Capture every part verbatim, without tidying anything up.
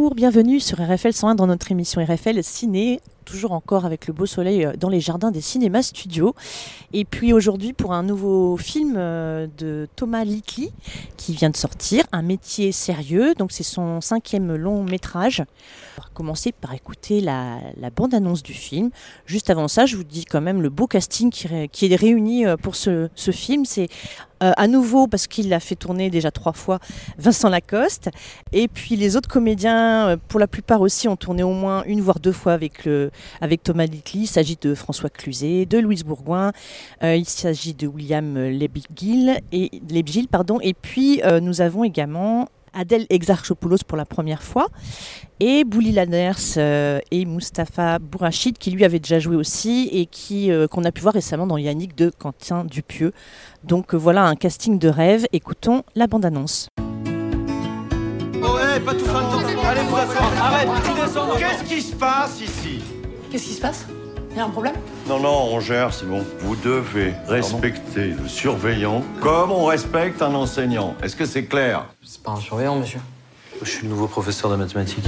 Bonjour, bienvenue sur R F L cent un dans notre émission R F L Ciné, toujours encore avec le beau soleil dans les jardins des cinémas studios. Et puis aujourd'hui pour un nouveau film de Thomas Littley qui vient de sortir, Un métier sérieux, donc c'est son cinquième long métrage. On va commencer par écouter la, la bande-annonce du film. Juste avant ça, je vous dis quand même le beau casting qui, ré, qui est réuni pour ce, ce film. C'est euh, à nouveau, parce qu'il l'a fait tourner déjà trois fois, Vincent Lacoste. Et puis les autres comédiens, pour la plupart aussi, ont tourné au moins une voire deux fois avec, le, avec Thomas Littley. Il s'agit de François Cluzet, de Louise Bourgoin, euh, il s'agit de William Lebguil, et, Lebguil, pardon. Et puis euh, nous avons également Adèle Exarchopoulos pour la première fois, et Bouli Lanners euh, et Mustapha Bourachid qui lui avait déjà joué aussi et qui, euh, qu'on a pu voir récemment dans Yannick de Quentin Dupieux. Donc euh, voilà un casting de rêve. Écoutons la bande-annonce. Oh hey, pas tout ça le temps. Allez, vous asseoir. Arrête, tu descends. Qu'est-ce qui se passe ici? Qu'est-ce qui se passe? Il y a un problème? Non, non, on gère, c'est bon. Vous devez respecter le surveillant comme on respecte un enseignant. Est-ce que c'est clair? C'est pas un surveillant, monsieur. Je suis le nouveau professeur de mathématiques.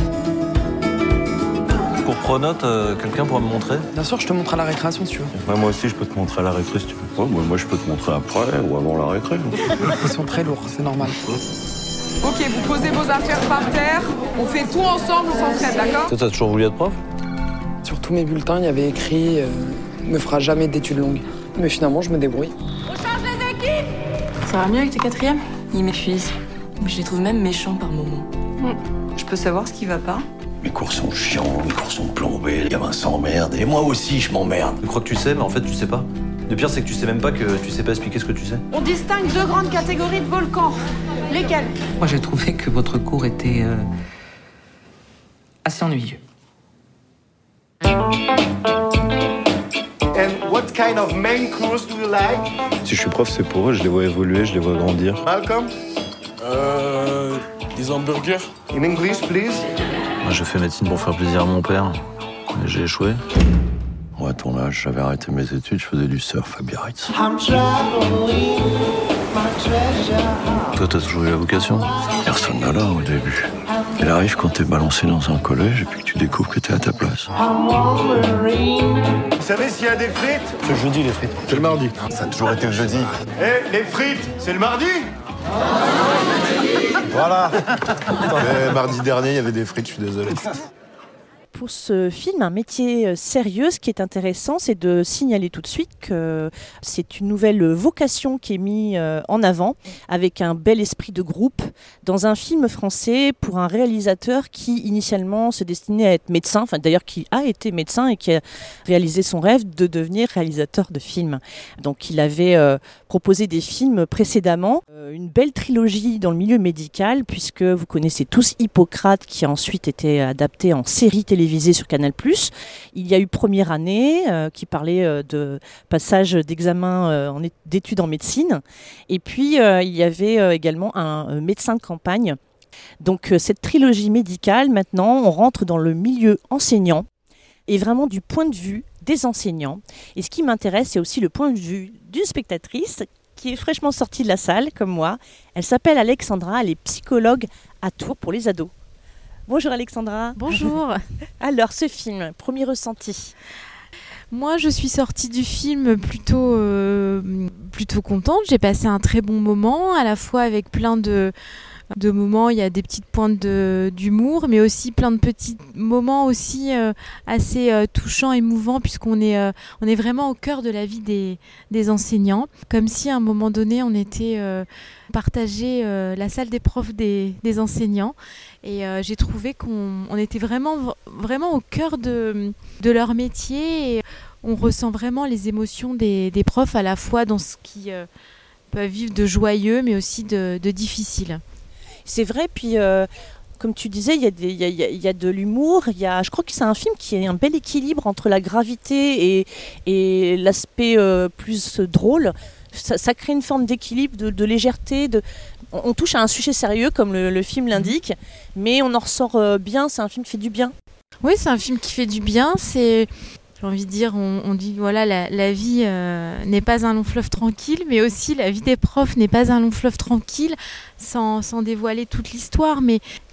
Pour Pronote, euh, quelqu'un pourra me montrer? Bien sûr, je te montre à la récréation si tu veux. Ouais, moi aussi, je peux te montrer à la récré si tu veux. Ouais, moi, moi, je peux te montrer après ou avant la récré. Ils sont très lourds, c'est normal. Ok, vous posez vos affaires par terre, on fait tout ensemble, on s'entraide, d'accord? Toi, t'as toujours voulu être prof? Sur tous mes bulletins, il y avait écrit euh, « Ne fera jamais d'études longues ». Mais finalement, je me débrouille. On change les équipes! Ça va mieux avec tes quatrièmes? Ils m'épuisent. Je les trouve même méchants par moments. Mm. Je peux savoir ce qui va pas? Mes cours sont chiants, mes cours sont plombés, les gamins s'emmerdent, et moi aussi, je m'emmerde. Tu crois que tu sais, mais en fait, tu sais pas. Le pire, c'est que tu sais même pas que tu sais pas expliquer ce que tu sais. On distingue deux grandes catégories de volcans. Lesquelles? Moi, j'ai trouvé que votre cours était euh, assez ennuyeux. And what kind of main course do you like? Si je suis prof, c'est pour eux, je les vois évoluer, je les vois grandir. Malcolm? Euh... des hamburgers. In English, please. Moi, j'ai fait médecine pour faire plaisir à mon père, mais j'ai échoué. Moi, à ton âge, j'avais arrêté mes études, je faisais du surf à Biarritz. Toi, t'as toujours eu la vocation? Personne n'a là au début. Elle arrive quand t'es balancé dans un collège et puis que tu découvres que t'es à ta place. Vous savez s'il y a des frites? C'est le jeudi, les frites. C'est le mardi. Ça a toujours été le jeudi. Eh, les frites, c'est le mardi? Voilà. Mais mardi dernier, il y avait des frites, je suis désolé. Pour ce film, Un métier sérieux, ce qui est intéressant, c'est de signaler tout de suite que c'est une nouvelle vocation qui est mise en avant, avec un bel esprit de groupe, dans un film français pour un réalisateur qui initialement se destinait à être médecin, enfin d'ailleurs qui a été médecin et qui a réalisé son rêve de devenir réalisateur de films. Donc il avait euh, proposé des films précédemment, euh, une belle trilogie dans le milieu médical, puisque vous connaissez tous Hippocrate, qui a ensuite été adapté en série télévisée sur Canal plus. Il y a eu Première année euh, qui parlait euh, de passage d'examen euh, en é- d'études en médecine. Et puis euh, il y avait euh, également un euh, médecin de campagne. Donc euh, cette trilogie médicale, maintenant, on rentre dans le milieu enseignant et vraiment du point de vue des enseignants. Et ce qui m'intéresse, c'est aussi le point de vue d'une spectatrice qui est fraîchement sortie de la salle, comme moi. Elle s'appelle Alexandra, elle est psychologue à Tours pour les ados. Bonjour Alexandra. Bonjour. Alors ce film, premier ressenti? Moi je suis sortie du film plutôt, euh, plutôt contente, j'ai passé un très bon moment, à la fois avec plein de, de moments, il y a des petites pointes de, d'humour, mais aussi plein de petits moments aussi euh, assez euh, touchants, émouvants, puisqu'on est, euh, on est vraiment au cœur de la vie des, des enseignants, comme si à un moment donné on était euh, partagé euh, la salle des profs des, des enseignants. Et euh, j'ai trouvé qu'on on était vraiment, vraiment au cœur de, de leur métier et on ressent vraiment les émotions des, des profs à la fois dans ce qu'ils euh, peuvent vivre de joyeux mais aussi de, de difficile. C'est vrai, puis euh, comme tu disais, il y, y, y, y a de l'humour, y a, je crois que c'est un film qui a un bel équilibre entre la gravité et, et l'aspect euh, plus drôle. Ça, ça crée une forme d'équilibre, de, de légèreté, de... On touche à un sujet sérieux comme le, le film l'indique, mais on en ressort bien, c'est un film qui fait du bien. Oui, c'est un film qui fait du bien, c'est... J'ai envie de dire, on, on dit voilà, la, la vie euh, n'est pas un long fleuve tranquille, mais aussi la vie des profs n'est pas un long fleuve tranquille, sans, sans dévoiler toute l'histoire. Mais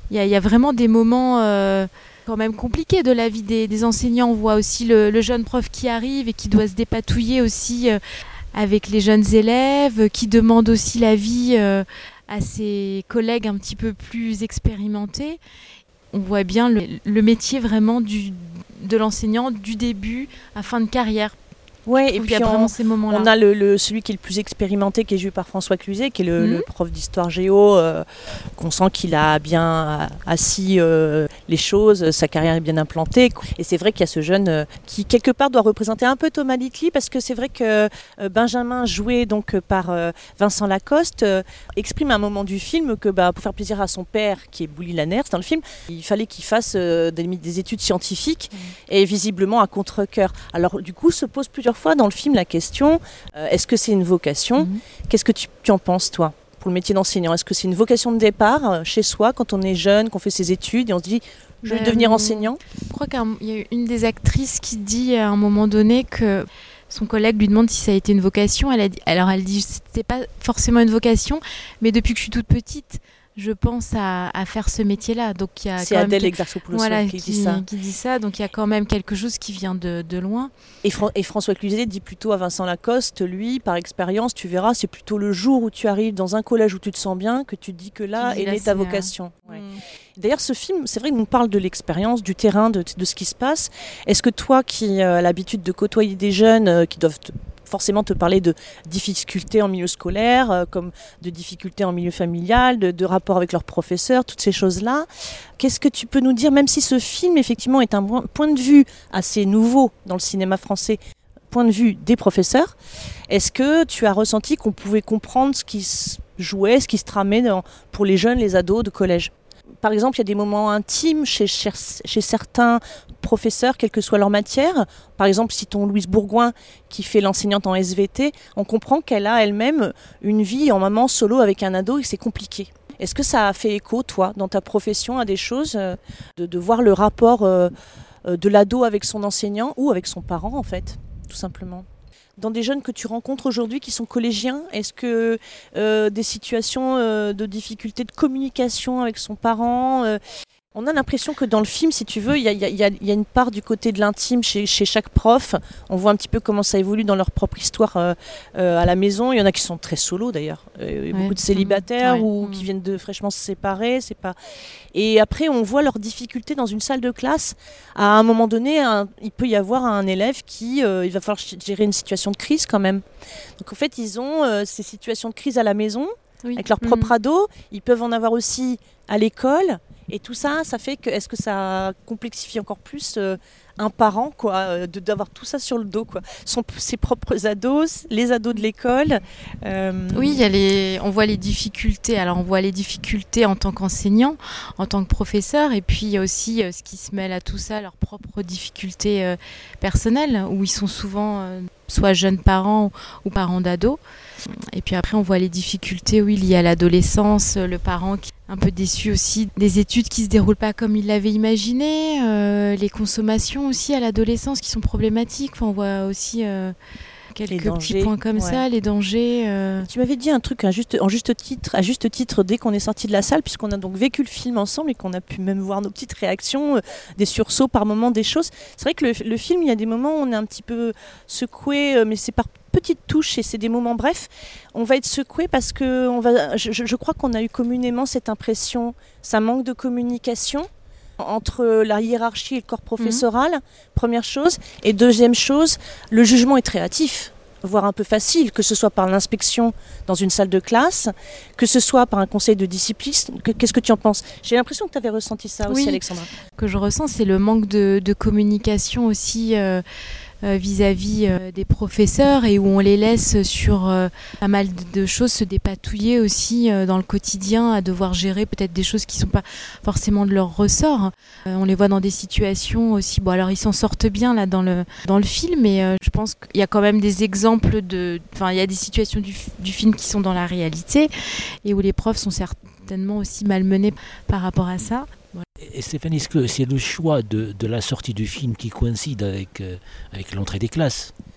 Il y, y a vraiment des moments euh, quand même compliqués de la vie des, des enseignants. On voit aussi le, le jeune prof qui arrive et qui doit se dépatouiller aussi euh, avec les jeunes élèves, qui demande aussi l'avis euh, à ses collègues un petit peu plus expérimentés. On voit bien le, le métier vraiment du, de l'enseignant du début à fin de carrière. Ouais, et puis il y a on, vraiment ces moments-là. On a le, le, celui qui est le plus expérimenté, qui est joué par François Cluzet, qui est le, mmh. le prof d'histoire géo, euh, qu'on sent qu'il a bien assis euh, les choses, sa carrière est bien implantée. Et c'est vrai qu'il y a ce jeune euh, qui, quelque part, doit représenter un peu Thomas Little, parce que c'est vrai que euh, Benjamin, joué donc par euh, Vincent Lacoste, euh, exprime à un moment du film que bah, pour faire plaisir à son père, qui est Bouli Lanners dans le film, il fallait qu'il fasse euh, des, des études scientifiques, mmh. et visiblement à contre-cœur. Alors du coup, se pose plusieurs fois dans le film la question, euh, est-ce que c'est une vocation ? Mmh. Qu'est-ce que tu, tu en penses, toi, pour le métier d'enseignant ? Est-ce que c'est une vocation de départ, euh, chez soi, quand on est jeune, qu'on fait ses études et on se dit, je vais euh, devenir enseignant ? Je crois qu'il y a une des actrices qui dit à un moment donné que son collègue lui demande si ça a été une vocation. Elle a dit, alors elle dit, c'était pas forcément une vocation, mais depuis que je suis toute petite, je pense à, à faire ce métier-là. Donc, il y a c'est quand Adèle même Exarchopoulos voilà, qui, qui, dit ça. qui dit ça. Donc il y a quand même quelque chose qui vient de, de loin. Et, Fran- et François Cluzet dit plutôt à Vincent Lacoste, lui, par expérience, tu verras, c'est plutôt le jour où tu arrives dans un collège où tu te sens bien que tu te dis que là est née ta vocation. Euh... Ouais. Mmh. D'ailleurs, ce film, c'est vrai qu'il nous parle de l'expérience, du terrain, de, de ce qui se passe. Est-ce que toi, qui as l'habitude de côtoyer des jeunes euh, qui doivent te forcément te parler de difficultés en milieu scolaire, euh, comme de difficultés en milieu familial, de, de rapport avec leurs professeurs, toutes ces choses-là. Qu'est-ce que tu peux nous dire, même si ce film, effectivement, est un point de vue assez nouveau dans le cinéma français, point de vue des professeurs, est-ce que tu as ressenti qu'on pouvait comprendre ce qui se jouait, ce qui se tramait dans, pour les jeunes, les ados de collège ? Par exemple, il y a des moments intimes chez, chez, chez certains professeurs, quelle que soit leur matière. Par exemple, citons Louise Bourgoin, qui fait l'enseignante en S V T. On comprend qu'elle a elle-même une vie en maman solo avec un ado et que c'est compliqué. Est-ce que ça a fait écho, toi, dans ta profession, à des choses, euh, de, de voir le rapport euh, de l'ado avec son enseignant ou avec son parent, en fait, tout simplement ? Dans des jeunes que tu rencontres aujourd'hui qui sont collégiens, est-ce que euh, des situations euh, de difficulté de communication avec son parent, euh, on a l'impression que dans le film, si tu veux, il y, y, y, y a une part du côté de l'intime chez, chez chaque prof. On voit un petit peu comment ça évolue dans leur propre histoire euh, euh, à la maison. Il y en a qui sont très solos d'ailleurs. Euh, ouais. Beaucoup de célibataires ouais. ou mmh. qui viennent de fraîchement se séparer. C'est pas... Et après, on voit leurs difficultés dans une salle de classe. À un moment donné, un, il peut y avoir un élève qui, euh, il va falloir gérer une situation de crise quand même. Donc en fait, ils ont euh, ces situations de crise à la maison, oui. avec leur propre mmh. ado. Ils peuvent en avoir aussi à l'école. Et tout ça, ça fait que, est-ce que ça complexifie encore plus euh, un parent, quoi, euh, de, d'avoir tout ça sur le dos, quoi, Son, ses propres ados, les ados de l'école. Euh... Oui, il y a les, on voit les difficultés. Alors, on voit les difficultés en tant qu'enseignant, en tant que professeur, et puis il y a aussi euh, ce qui se mêle à tout ça, leurs propres difficultés euh, personnelles, où ils sont souvent euh, soit jeunes parents ou, ou parents d'ados. Et puis après, on voit les difficultés, oui, liées à l'adolescence, le parent qui est un peu déçu aussi des études qui ne se déroulent pas comme il l'avait imaginé, euh, les consommations aussi à l'adolescence qui sont problématiques. Enfin, on voit aussi euh, quelques petits points comme ouais. ça, les dangers. Euh... Tu m'avais dit un truc à juste, en juste titre, à juste titre dès qu'on est sorti de la salle, puisqu'on a donc vécu le film ensemble et qu'on a pu même voir nos petites réactions, euh, des sursauts par moments, des choses. C'est vrai que le, le film, il y a des moments où on est un petit peu secoué, euh, mais c'est par petites touches et c'est des moments brefs. On va être secoué parce que on va, je, je crois qu'on a eu communément cette impression, ça manque de communication entre la hiérarchie et le corps professoral, mmh. première chose. Et deuxième chose, le jugement est très hâtif, voire un peu facile, que ce soit par l'inspection dans une salle de classe, que ce soit par un conseil de discipline. Qu'est-ce que tu en penses ? J'ai l'impression que tu avais ressenti ça aussi, oui, Alexandra. Ce que je ressens, c'est le manque de, de communication aussi euh, euh, vis-à-vis euh, des professeurs et où on les laisse sur euh, pas mal de choses se dépatouiller aussi euh, dans le quotidien, à devoir gérer peut-être des choses qui ne sont pas forcément de leur ressort. Euh, on les voit dans des situations aussi. Bon, alors ils s'en sortent bien là dans le, dans le film, mais euh, je pense qu'il y a quand même des exemples de. Enfin, il y a des situations du, du film qui sont dans la réalité et où les profs sont certainement aussi malmenés par rapport à ça. Et Stéphanie, est-ce que c'est le choix de, de la sortie du film qui coïncide avec, euh, avec l'entrée des classes ?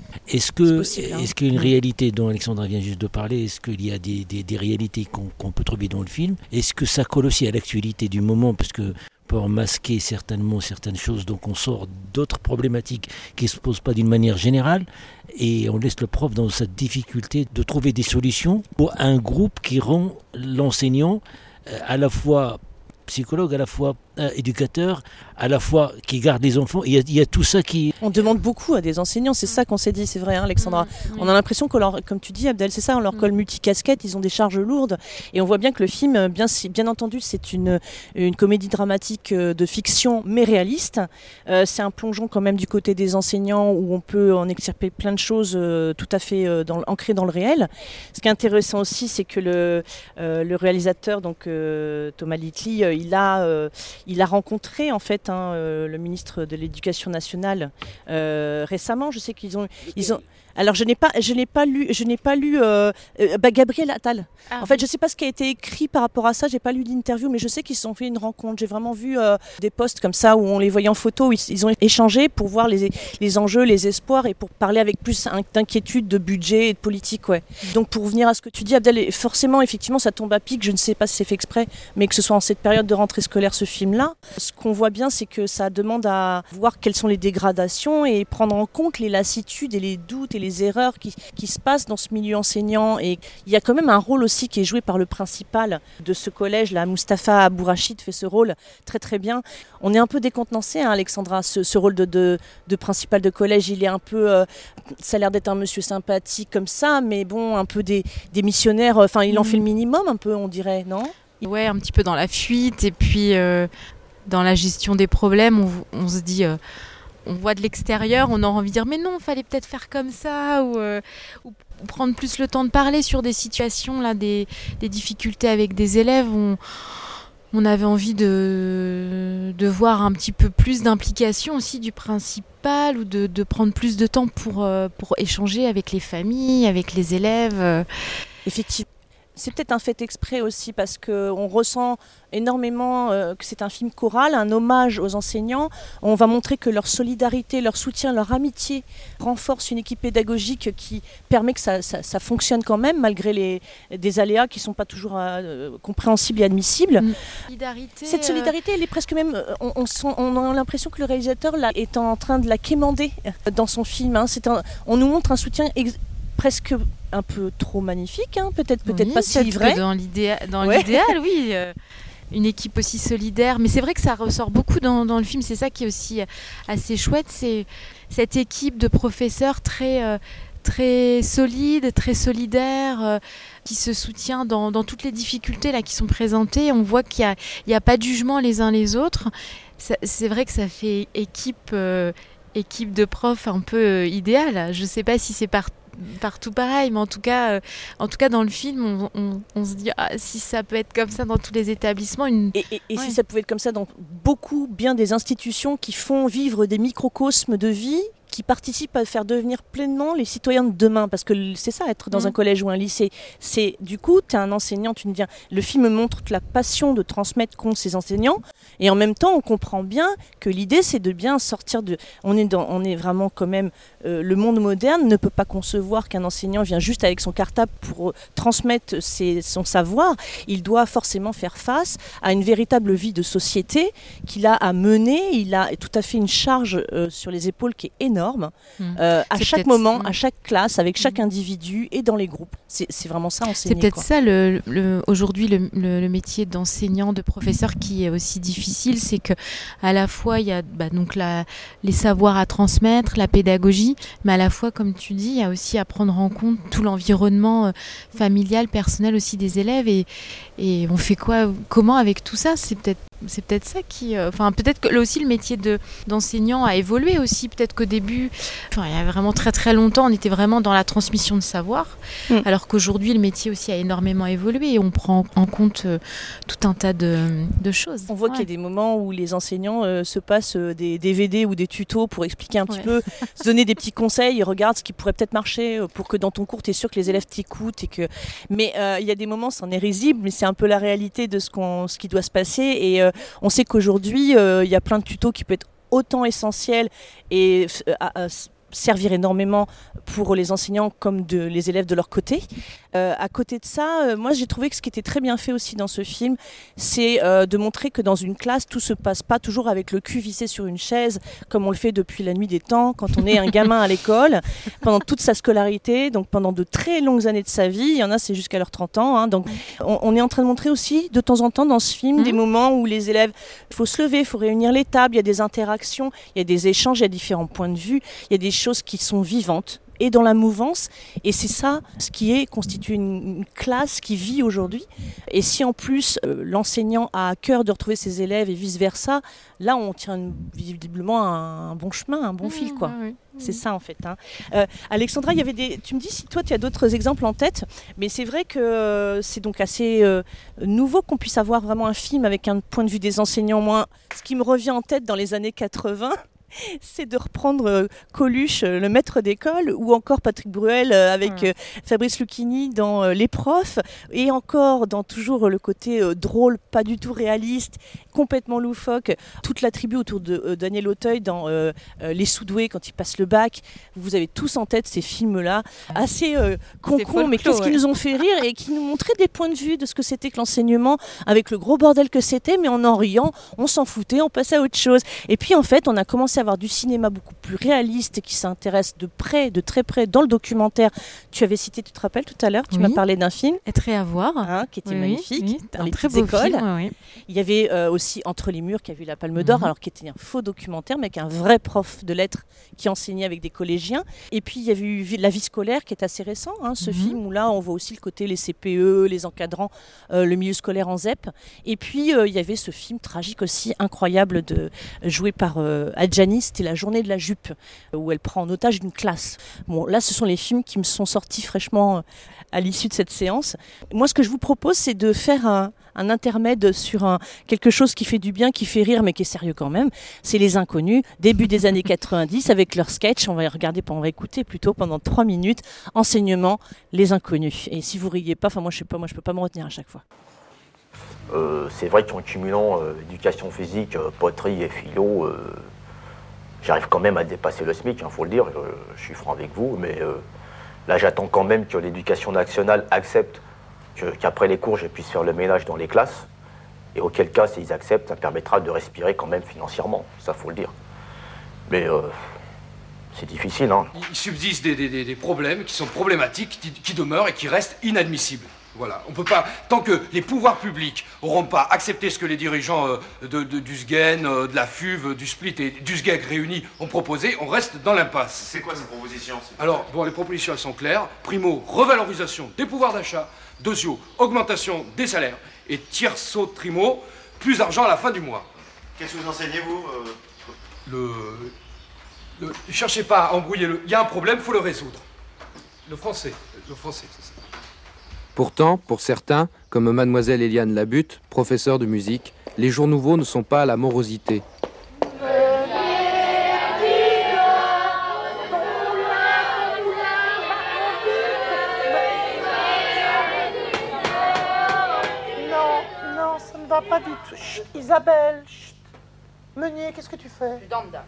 Est-ce que, possible, hein. est-ce qu'il y a une réalité dont Alexandra vient juste de parler, est-ce qu'il y a des, des, des réalités qu'on, qu'on peut trouver dans le film? Est-ce que ça colle aussi à l'actualité du moment, parce que pour masquer certainement certaines choses, donc on sort d'autres problématiques qui ne se posent pas d'une manière générale et on laisse le prof dans cette difficulté de trouver des solutions pour un groupe qui rend l'enseignant à la fois psychologue, à la fois euh, éducateur, à la fois qui garde les enfants. Il y a, il y a tout ça qui... On demande beaucoup à des enseignants, c'est ça qu'on s'est dit, c'est vrai, hein, Alexandra. Mmh, oui. On a l'impression que, leur, comme tu dis, Abdel, c'est ça, on leur colle multicasquette, ils ont des charges lourdes. Et on voit bien que le film, bien, bien entendu, c'est une, une comédie dramatique de fiction, mais réaliste. Euh, c'est un plongeon quand même du côté des enseignants où on peut en extirper plein de choses euh, tout à fait euh, dans, ancrées dans le réel. Ce qui est intéressant aussi, c'est que le, euh, le réalisateur, donc euh, Thomas Litli, euh, il a... Euh, Il a rencontré en fait hein, euh, le ministre de l'Éducation nationale euh, récemment. Je sais qu'ils ont, ils ont. Alors je n'ai pas, je n'ai pas lu, je n'ai pas lu euh, euh, bah, Gabriel Attal. Ah. En fait, je ne sais pas ce qui a été écrit par rapport à ça. J'ai pas lu d'interview, mais je sais qu'ils se sont fait une rencontre. J'ai vraiment vu euh, des posts comme ça où on les voyait en photo. Où ils, ils ont échangé pour voir les, les enjeux, les espoirs et pour parler avec plus d'inquiétude, de budget et de politique. Ouais. Donc pour revenir à ce que tu dis, Abdel, forcément, effectivement, ça tombe à pic. Je ne sais pas si c'est fait exprès, mais que ce soit en cette période de rentrée scolaire, ce film-là, ce qu'on voit bien, c'est que ça demande à voir quelles sont les dégradations et prendre en compte les lassitudes et les doutes et les erreurs qui, qui se passent dans ce milieu enseignant. Et il y a quand même un rôle aussi qui est joué par le principal de ce collège, là, Mustapha Abourachid fait ce rôle très très bien. On est un peu décontenancé, hein, Alexandra, ce, ce rôle de, de, de principal de collège, il est un peu, euh, ça a l'air d'être un monsieur sympathique comme ça, mais bon, un peu des, des missionnaires, enfin il en fait le minimum un peu, on dirait, non ? Ouais, un petit peu dans la fuite et puis euh, dans la gestion des problèmes, on, on se dit... Euh, on voit de l'extérieur, on a envie de dire mais non, il fallait peut-être faire comme ça ou, euh, ou prendre plus le temps de parler sur des situations, là, des, des difficultés avec des élèves. On, on avait envie de, de voir un petit peu plus d'implication aussi du principal ou de, de prendre plus de temps pour, euh, pour échanger avec les familles, avec les élèves. Effectivement. C'est peut-être un fait exprès aussi parce qu'on ressent énormément euh, que c'est un film choral, un hommage aux enseignants. On va montrer que leur solidarité, leur soutien, leur amitié renforce une équipe pédagogique qui permet que ça, ça, ça fonctionne quand même malgré les, des aléas qui ne sont pas toujours euh, compréhensibles et admissibles. Mmh. Solidarité, Cette solidarité, elle est presque même... On, on, on a l'impression que le réalisateur là, est en train de la quémander dans son film. Hein. C'est un, on nous montre un soutien... Ex- presque un peu trop magnifique, hein, peut-être, peut-être oui, pas si vrai. Dans l'idéal, dans ouais. l'idéal oui. Euh, une équipe aussi solidaire. Mais c'est vrai que ça ressort beaucoup dans, dans le film. C'est ça qui est aussi assez chouette. C'est cette équipe de professeurs très, euh, très solide, très solidaire, euh, qui se soutient dans, dans toutes les difficultés là, qui sont présentées. On voit qu'il n'y a, a pas de jugement les uns les autres. Ça, c'est vrai que ça fait équipe, euh, équipe de profs un peu euh, idéale. Je ne sais pas si c'est par partout pareil, mais en tout cas, euh, en tout cas dans le film, on, on, on se dit ah, si ça peut être comme ça dans tous les établissements. Une... Et, et, et ouais. si ça pouvait être comme ça dans beaucoup bien des institutions qui font vivre des microcosmes de vie qui participent à faire devenir pleinement les citoyens de demain, parce que c'est ça, être dans mmh. un collège ou un lycée. C'est, du coup, tu es un enseignant, tu nous viens. Le film montre la passion de transmettre qu'ont ces enseignants, et en même temps, on comprend bien que l'idée, c'est de bien sortir de... On est, dans, on est vraiment quand même... Euh, le monde moderne ne peut pas concevoir qu'un enseignant vient juste avec son cartable pour transmettre ses, son savoir. Il doit forcément faire face à une véritable vie de société qu'il a à mener. Il a tout à fait une charge euh, sur les épaules qui est énorme. Mmh. Euh, à c'est chaque moment, mmh. à chaque classe, avec chaque mmh. individu et dans les groupes. C'est, c'est vraiment ça, enseigner. C'est peut-être quoi. ça, le, le, aujourd'hui, le, le, le métier d'enseignant, de professeur qui est aussi difficile, c'est que à la fois, il y a bah, donc la, les savoirs à transmettre, la pédagogie, mais à la fois, comme tu dis, il y a aussi à prendre en compte tout l'environnement euh, familial, personnel aussi des élèves. Et, et on fait quoi, comment avec tout ça ? C'est peut-être C'est peut-être ça qui... Euh, enfin, peut-être que là aussi, le métier de, d'enseignant a évolué aussi. Peut-être qu'au début, enfin, il y a vraiment très très longtemps, on était vraiment dans la transmission de savoir. Mmh. Alors qu'aujourd'hui, le métier aussi a énormément évolué et on prend en compte euh, tout un tas de, de choses. On voit ouais. qu'il y a des moments où les enseignants euh, se passent euh, des D V D ou des tutos pour expliquer un petit ouais. peu, se donner des petits conseils, regarde ce qui pourrait peut-être marcher euh, pour que dans ton cours, tu es sûr que les élèves t'écoutent. Et que... Mais euh, il y a des moments, c'en est risible, mais c'est un peu la réalité de ce, qu'on, ce qui doit se passer. Et euh, on sait qu'aujourd'hui, il euh, y a plein de tutos qui peuvent être autant essentiels et euh, à, à, servir énormément pour les enseignants comme de, les élèves de leur côté. Euh, à côté de ça, euh, moi j'ai trouvé que ce qui était très bien fait aussi dans ce film, c'est euh, de montrer que dans une classe, tout se passe pas toujours avec le cul vissé sur une chaise, comme on le fait depuis la nuit des temps, quand on est un gamin à l'école, pendant toute sa scolarité, donc pendant de très longues années de sa vie, il y en a c'est jusqu'à leurs trente ans, hein, donc on, on est en train de montrer aussi de temps en temps dans ce film mmh. des moments où les élèves, il faut se lever, il faut réunir les tables, il y a des interactions, il y a des échanges, il y a différents points de vue, il y a des choses qui sont vivantes et dans la mouvance, et c'est ça ce qui est constitué une, une classe qui vit aujourd'hui. Et si en plus euh, l'enseignant a à cœur de retrouver ses élèves et vice versa, là on tient une, visiblement un, un bon chemin, un bon mmh, fil quoi. Oui, oui. C'est ça en fait. Hein. Euh, Alexandra, il y avait des. Tu me dis si toi tu as d'autres exemples en tête, mais c'est vrai que euh, c'est donc assez euh, nouveau qu'on puisse avoir vraiment un film avec un point de vue des enseignants. Moi, ce qui me revient en tête dans les années quatre-vingts. C'est de reprendre euh, Coluche, euh, le maître d'école, ou encore Patrick Bruel euh, avec euh, Fabrice Lucchini dans euh, Les Profs, et encore dans toujours le côté euh, drôle, pas du tout réaliste, complètement loufoque, toute la tribu autour de euh, Daniel Auteuil dans euh, euh, Les Sous-doués quand il passe le bac. Vous avez tous en tête ces films-là, assez euh, con-con, mais qu'est-ce ouais. qui nous ont fait rire et qui nous montraient des points de vue de ce que c'était que l'enseignement, avec le gros bordel que c'était, mais en en riant, on s'en foutait, on passait à autre chose. Et puis en fait, on a commencé à avoir du cinéma beaucoup plus réaliste qui s'intéresse de près, de très près dans le documentaire. Tu avais cité, tu te rappelles tout à l'heure, tu oui. m'as parlé d'un film. Être et à voir. Hein, qui était oui, magnifique, oui, dans un les très petites beau écoles. Film, oui. Il y avait euh, aussi Entre les murs qui a eu la Palme d'Or, mmh. alors qui était un faux documentaire, mais avec un vrai prof de lettres qui enseignait avec des collégiens. Et puis il y avait eu La vie scolaire qui est assez récent, hein, ce mmh. film où là on voit aussi le côté les C P E, les encadrants, euh, le milieu scolaire en Z E P. Et puis euh, il y avait ce film tragique aussi incroyable de, joué par euh, Adjani, c'était La journée de la jupe, où elle prend en otage une classe. Bon, là, ce sont les films qui me sont sortis fraîchement à l'issue de cette séance. Moi, ce que je vous propose, c'est de faire un, un intermède sur un, quelque chose qui fait du bien, qui fait rire, mais qui est sérieux quand même. C'est Les Inconnus, début des années quatre-vingt-dix, avec leur sketch. On va regarder, on va écouter plutôt pendant trois minutes. Enseignement, Les Inconnus. Et si vous riez pas, enfin moi, je sais pas, moi, je peux pas me retenir à chaque fois. Euh, c'est vrai qu'en cumulant euh, éducation physique, euh, poterie et philo, euh, j'arrive quand même à dépasser le SMIC, il hein, faut le dire, je, je suis franc avec vous, mais euh, là j'attends quand même que l'éducation nationale accepte que, qu'après les cours je puisse faire le ménage dans les classes, et auquel cas s'ils acceptent, ça permettra de respirer quand même financièrement, ça faut le dire. Mais euh, c'est difficile. Hein. Il subsiste des, des, des problèmes qui sont problématiques, qui, qui demeurent et qui restent inadmissibles. Voilà, on peut pas, tant que les pouvoirs publics n'auront pas accepté ce que les dirigeants euh, de, de, du S G E N, euh, de la F U V, du Split et du S G E G réunis ont proposé, on reste dans l'impasse. C'est quoi ces propositions? Alors, bon, les propositions, elles sont claires. Primo, revalorisation des pouvoirs d'achat. Deuxio, augmentation des salaires. Et tierço, trimo, plus d'argent à la fin du mois. Qu'est-ce que vous enseignez, vous euh... Le... le... Cherchez pas à embrouiller le... Il y a un problème, faut le résoudre. Le français, le français, c'est ça. Pourtant, pour certains, comme mademoiselle Eliane Labutte, professeure de musique, les jours nouveaux ne sont pas à la morosité. Non, non, ça ne va pas du tout. Chut, Isabelle, chut. Meunier, qu'est-ce que tu fais? Danda.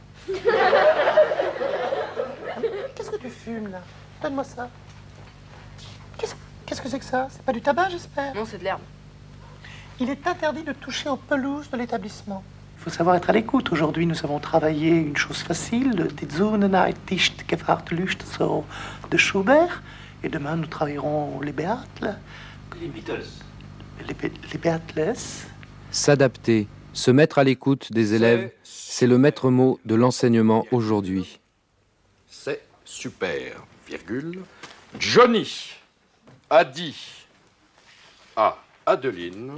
Qu'est-ce que tu fumes, là? Donne-moi ça. Qu'est-ce Qu'est-ce que c'est que ça? C'est pas du tabac, j'espère? Non, c'est de l'herbe. Il est interdit de toucher aux pelouses de l'établissement. Il faut savoir être à l'écoute. Aujourd'hui, nous avons travaillé une chose facile, Die Sonnenheit ist gefragt Lust, so, de Schubert. Et demain, nous travaillerons les Beatles. Les Beatles. Les, les Beatles. S'adapter, se mettre à l'écoute des élèves, c'est le maître mot de l'enseignement aujourd'hui. C'est super, virgule. Johnny a dit à Adeline,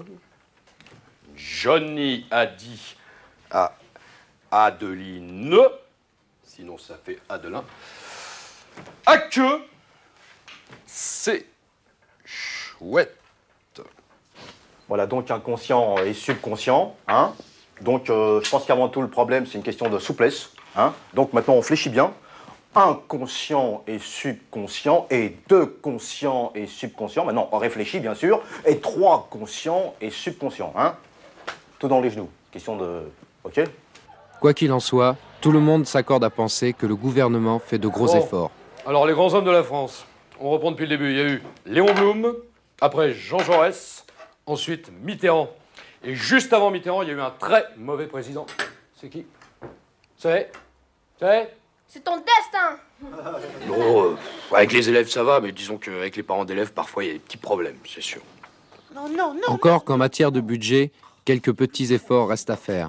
Johnny a dit à Adeline, sinon ça fait Adelin, à que c'est chouette. Voilà, donc inconscient et subconscient, hein. Donc euh, je pense qu'avant tout le problème c'est une question de souplesse, hein. Donc maintenant on fléchit bien. Inconscient et subconscient, et deux conscients et subconscients. Maintenant, on réfléchit, bien sûr, et trois conscients et subconscients, hein. Tout dans les genoux. Question de... OK? Quoi qu'il en soit, Tout le monde s'accorde à penser que le gouvernement fait de gros Bon. efforts. Alors, les grands hommes de la France. On reprend depuis le début. Il y a eu Léon Blum, après Jean Jaurès, ensuite Mitterrand. Et juste avant Mitterrand, il y a eu un très mauvais président. C'est qui? C'est C'est C'est ton destin. Non, euh, avec les élèves, ça va, mais disons qu'avec les parents d'élèves, parfois, il y a des petits problèmes, c'est sûr. Non, non, non. Encore qu'en matière de budget, quelques petits efforts restent à faire.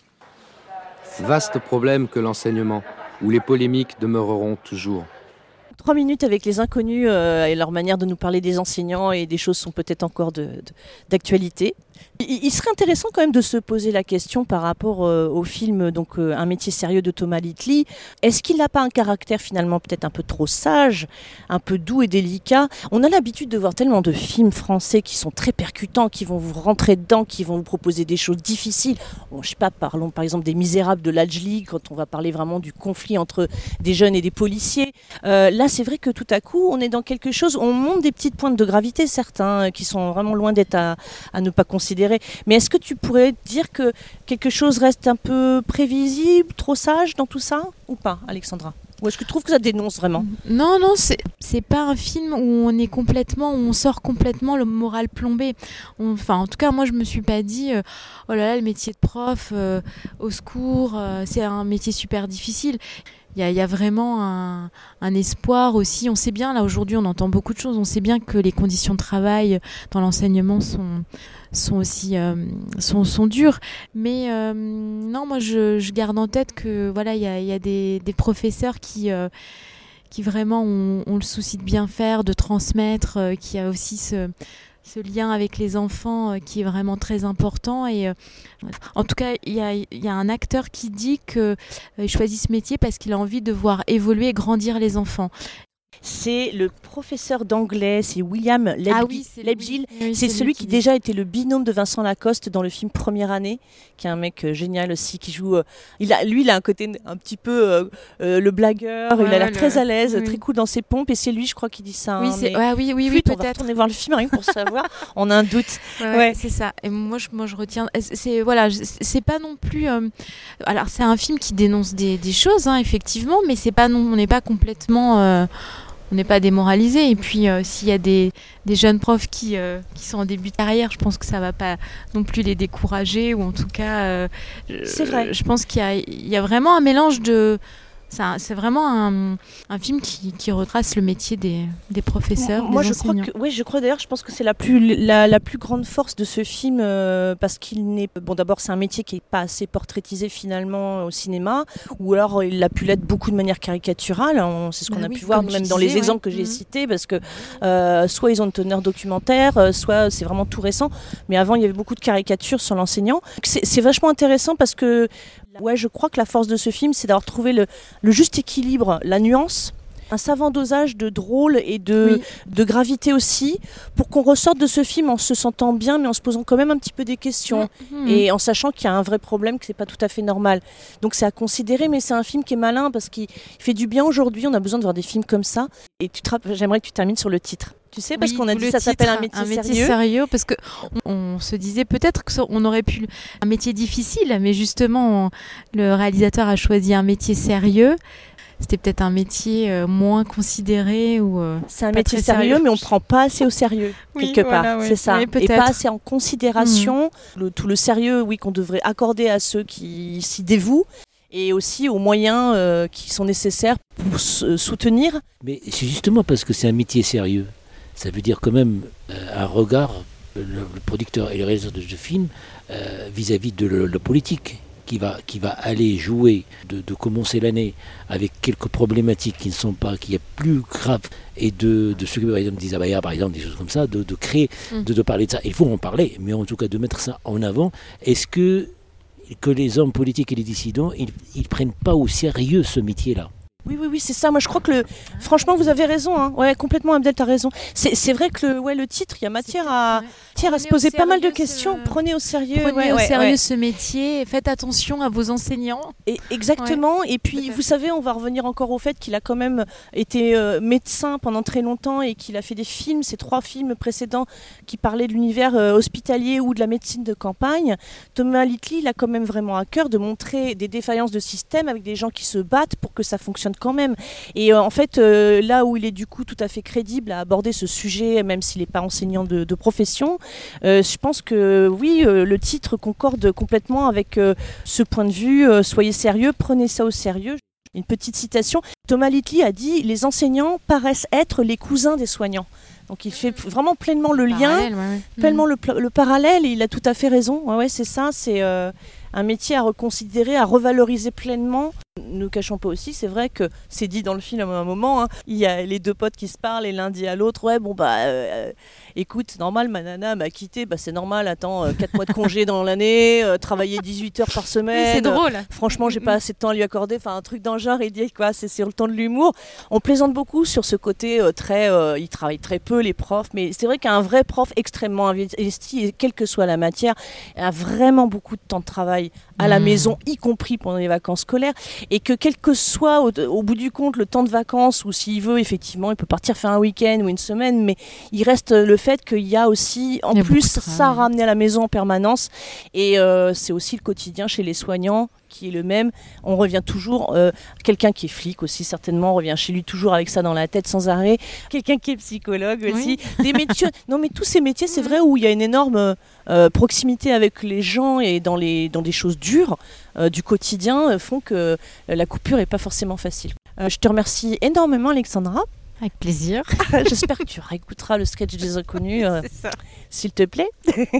Vaste problème que l'enseignement, où les polémiques demeureront toujours. Trois minutes avec les inconnus euh, et leur manière de nous parler des enseignants et des choses sont peut-être encore de, de, d'actualité. Il, il serait intéressant quand même de se poser la question par rapport euh, au film donc euh, Un métier sérieux de Thomas Little. Est-ce qu'il n'a pas un caractère finalement peut-être un peu trop sage, un peu doux et délicat? On a l'habitude de voir tellement de films français qui sont très percutants, qui vont vous rentrer dedans, qui vont vous proposer des choses difficiles. Bon, je sais pas, parlons par exemple des Misérables de Lajli, quand on va parler vraiment du conflit entre des jeunes et des policiers. Euh, là, c'est vrai que tout à coup, on est dans quelque chose, on monte des petites pointes de gravité, certains, qui sont vraiment loin d'être à, à ne pas considérer. Mais est-ce que tu pourrais dire que quelque chose reste un peu prévisible, trop sage dans tout ça, ou pas, Alexandra? Ou est-ce que tu trouves que ça dénonce vraiment? Non, non, c'est, c'est pas un film où on est complètement, où on sort complètement le moral plombé. On, enfin, en tout cas, moi, je me suis pas dit, euh, oh là là, le métier de prof, euh, au secours, euh, c'est un métier super difficile. Il y a, il y a vraiment un, un espoir aussi. On sait bien, là, aujourd'hui, on entend beaucoup de choses. On sait bien que les conditions de travail dans l'enseignement sont, sont aussi euh, sont, sont dures. Mais euh, non, moi, je, je garde en tête que voilà, il y a, il y a des, des professeurs qui, euh, qui vraiment ont, ont le souci de bien faire, de transmettre, euh, qui a aussi ce... ce lien avec les enfants euh, qui est vraiment très important. Et euh, en tout cas, il y a, y a un acteur qui dit qu'il euh, choisit ce métier parce qu'il a envie de voir évoluer et grandir les enfants. C'est le professeur d'anglais, c'est William Lebgil. Ah oui, c'est, Lebgil. oui, c'est, c'est celui qui qui dit. déjà était le binôme de Vincent Lacoste dans le film Première année, qui est un mec euh, génial aussi, qui joue... Euh, il a, lui, il a un côté un petit peu euh, euh, le blagueur, Ouais, il a l'air le- très à l'aise, oui. très cool dans ses pompes, et c'est lui, je crois, qui dit ça. Oui, hein, c'est- mais ouais, oui, oui, oui, flûte, on va peut-être. retourner voir le film, rien que pour savoir. On a un doute. Ouais, ouais, Ouais. c'est ça. Et moi, je, moi, je retiens. C'est, c'est- voilà, je- c'est pas non plus. euh, alors, c'est un film qui dénonce des, des choses, hein, effectivement, mais c'est pas non, on n'est pas complètement. euh, on n'est pas démoralisé. Et puis, euh, s'il y a des, des jeunes profs qui, euh, qui sont en début de carrière, je pense que ça va pas non plus les décourager, ou en tout cas, euh, C'est je, vrai. je pense qu'il y a, il y a vraiment un mélange de. C'est, un- c'est vraiment un, un film qui, qui retrace le métier des, des professeurs, Moi, des je crois enseignants. que, oui, je crois d'ailleurs, je pense que c'est la plus, la, la plus grande force de ce film euh, parce qu'il n'est, bon, d'abord, c'est un métier qui n'est pas assez portraitisé finalement au cinéma, ou alors il a pu l'être beaucoup de manière caricaturale. On, c'est ce qu'on Bah a oui, pu voir comme tu même dans disais, les ouais. exemples que j'ai Mhm. cités, parce que euh, soit ils ont une teneur documentaire, euh, soit c'est vraiment tout récent. Mais avant, il y avait beaucoup de caricatures sur l'enseignant. C'est, c'est vachement intéressant parce que, ouais, je crois que la force de ce film, c'est d'avoir trouvé le, le juste équilibre, la nuance, un savant dosage de drôle et de, Oui. de gravité aussi, pour qu'on ressorte de ce film en se sentant bien, mais en se posant quand même un petit peu des questions, Mhm. et en sachant qu'il y a un vrai problème, que c'est pas tout à fait normal. Donc c'est à considérer, mais c'est un film qui est malin, parce qu'il fait du bien aujourd'hui, on a besoin de voir des films comme ça. Et tu te rapp- j'aimerais que tu termines sur le titre. Tu sais, parce Oui, qu'on a tout dit le ça s'appelle titre, un métier, un métier sérieux. sérieux, parce que on, on se disait peut-être que ça- on aurait pu un métier difficile, mais justement on- le réalisateur a choisi un métier sérieux. C'était peut-être un métier euh, moins considéré ou. euh, C'est un pas métier très sérieux, mais on ne prend pas assez au sérieux, Oui, quelque voilà, part. ouais. C'est ça. Oui, et peut-être. pas assez en considération le, tout le sérieux, oui, qu'on devrait accorder à ceux qui s'y dévouent, et aussi aux moyens euh, qui sont nécessaires pour se soutenir. Mais c'est justement parce que c'est un métier sérieux. Ça veut dire quand même euh, un regard, le, le producteur et le réalisateur de ce film, euh, vis-à-vis de le, le politique, qui va, qui va aller jouer, de, de commencer l'année avec quelques problématiques qui ne sont pas, qui est plus grave, et de, de s'occuper par exemple d'Isabaya, par exemple, des choses comme ça, de, de créer, Mm. de, de parler de ça. Il faut en parler, mais en tout cas de mettre ça en avant. Est-ce que, que les hommes politiques et les dissidents, ils ne prennent pas au sérieux ce métier-là ? Oui, oui, oui, c'est ça. Moi, je crois que le... franchement, vous avez raison. Hein. Ouais, complètement, Abdel, t'as raison. C'est, c'est vrai que le, ouais, le titre, il y a matière à, matière à se poser pas mal de questions. Ce... Prenez au sérieux. Prenez ouais, au ouais, sérieux ouais. ce métier. Faites attention à vos enseignants. Et exactement. Ouais. Et puis, Peut-être. vous savez, on va revenir encore au fait qu'il a quand même été euh, médecin pendant très longtemps et qu'il a fait des films, ces trois films précédents qui parlaient de l'univers euh, hospitalier ou de la médecine de campagne. Thomas Littley, il a quand même vraiment à cœur de montrer des défaillances de système avec des gens qui se battent pour que ça fonctionne quand même. Et euh, en fait, euh, là où il est du coup tout à fait crédible à aborder ce sujet, même s'il n'est pas enseignant de, de profession, euh, je pense que oui, euh, le titre concorde complètement avec euh, ce point de vue. Euh, soyez sérieux, prenez ça au sérieux. Une petite citation. Thomas Littley a dit « Les enseignants paraissent être les cousins des soignants ». Donc il fait vraiment pleinement le, le lien, ouais, ouais. pleinement mmh. le, le parallèle, et il a tout à fait raison. Ouais, ouais, c'est ça, c'est euh, un métier à reconsidérer, à revaloriser pleinement. Ne cachons pas aussi, c'est vrai que c'est dit dans le film à un moment, hein, il y a les deux potes qui se parlent et l'un dit à l'autre, ouais bon bah euh, écoute, c'est normal, ma nana m'a quitté, bah c'est normal, attends, euh, quatre mois de congé dans l'année, euh, travailler dix-huit heures par semaine. Oui, c'est drôle. Euh, franchement, j'ai pas assez de temps à lui accorder, enfin un truc dans le genre, il dit quoi, c'est sur le temps de l'humour. On plaisante beaucoup sur ce côté euh, très, euh, ils travaillent très peu les profs, mais c'est vrai qu'un vrai prof extrêmement investi, et quelle que soit la matière, a vraiment beaucoup de temps de travail à mmh. la maison, y compris pendant les vacances scolaires. Et que quel que soit au, au bout du compte le temps de vacances, ou s'il veut effectivement il peut partir faire un week-end ou une semaine, mais il reste le fait qu'il y a aussi en plus ça à ramener à la maison en permanence, et euh, c'est aussi le quotidien chez les soignants qui est le même. On revient toujours, euh, quelqu'un qui est flic aussi certainement, on revient chez lui toujours avec ça dans la tête sans arrêt, quelqu'un qui est psychologue aussi, oui. Des métiers, non mais tous ces métiers c'est vrai où il y a une énorme euh, proximité avec les gens et dans, les, dans des choses dures euh, du quotidien euh, font que euh, la coupure n'est pas forcément facile. Euh, je te remercie énormément Alexandra. Avec plaisir. J'espère que tu réécouteras le sketch des inconnus, euh, s'il te plaît.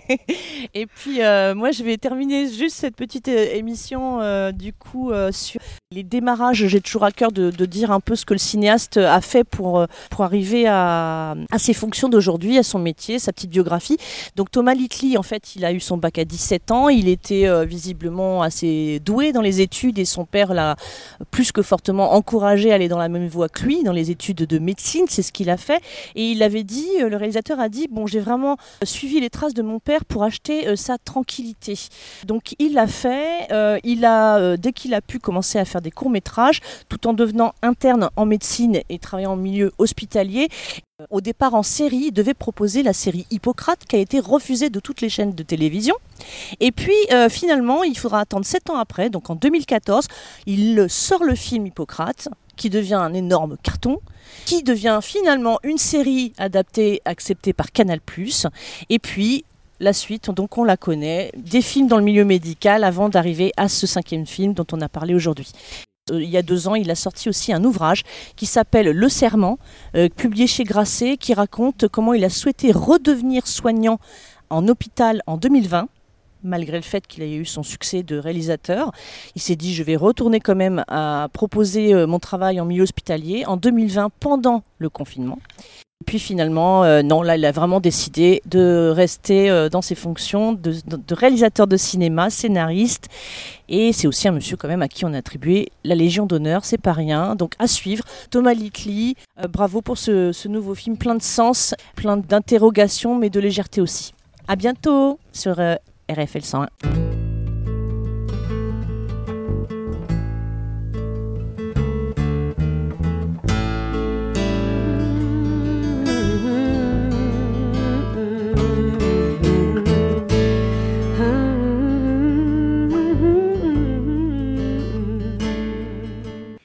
Et puis, euh, moi, je vais terminer juste cette petite euh, émission, euh, du coup, euh, sur les démarrages. J'ai toujours à cœur de, de dire un peu ce que le cinéaste a fait pour, pour arriver à, à ses fonctions d'aujourd'hui, à son métier, sa petite biographie. Donc, Thomas Littley, en fait, il a eu son bac à dix-sept ans. Il était euh, visiblement assez doué dans les études et son père l'a plus que fortement encouragé à aller dans la même voie que lui, dans les études de médecine, c'est ce qu'il a fait. Et il avait dit, le réalisateur a dit, bon, j'ai vraiment suivi les traces de mon père pour acheter euh, sa tranquillité. Donc il l'a fait, euh, il a, euh, dès qu'il a pu commencer à faire des courts-métrages, tout en devenant interne en médecine et travaillant en milieu hospitalier. Euh, au départ en série, il devait proposer la série Hippocrate qui a été refusée de toutes les chaînes de télévision. Et puis euh, finalement, il faudra attendre sept ans après, donc en deux mille quatorze, il sort le film Hippocrate, qui devient un énorme carton, qui devient finalement une série adaptée, acceptée par Canal plus, et puis la suite, donc on la connaît, des films dans le milieu médical avant d'arriver à ce cinquième film dont on a parlé aujourd'hui. Euh, il y a deux ans, il a sorti aussi un ouvrage qui s'appelle Le Serment, euh, publié chez Grasset, qui raconte comment il a souhaité redevenir soignant en hôpital en deux mille vingt. Malgré le fait qu'il ait eu son succès de réalisateur, il s'est dit je vais retourner quand même à proposer euh, mon travail en milieu hospitalier en deux mille vingt pendant le confinement. Et puis finalement, euh, non, là il a vraiment décidé de rester euh, dans ses fonctions de, de, de réalisateur de cinéma, scénariste, et c'est aussi un monsieur quand même à qui on a attribué la Légion d'honneur, c'est pas rien, donc à suivre. Thomas Littley, euh, bravo pour ce, ce nouveau film plein de sens, plein d'interrogations mais de légèreté aussi. À bientôt sur euh, R F L cent un.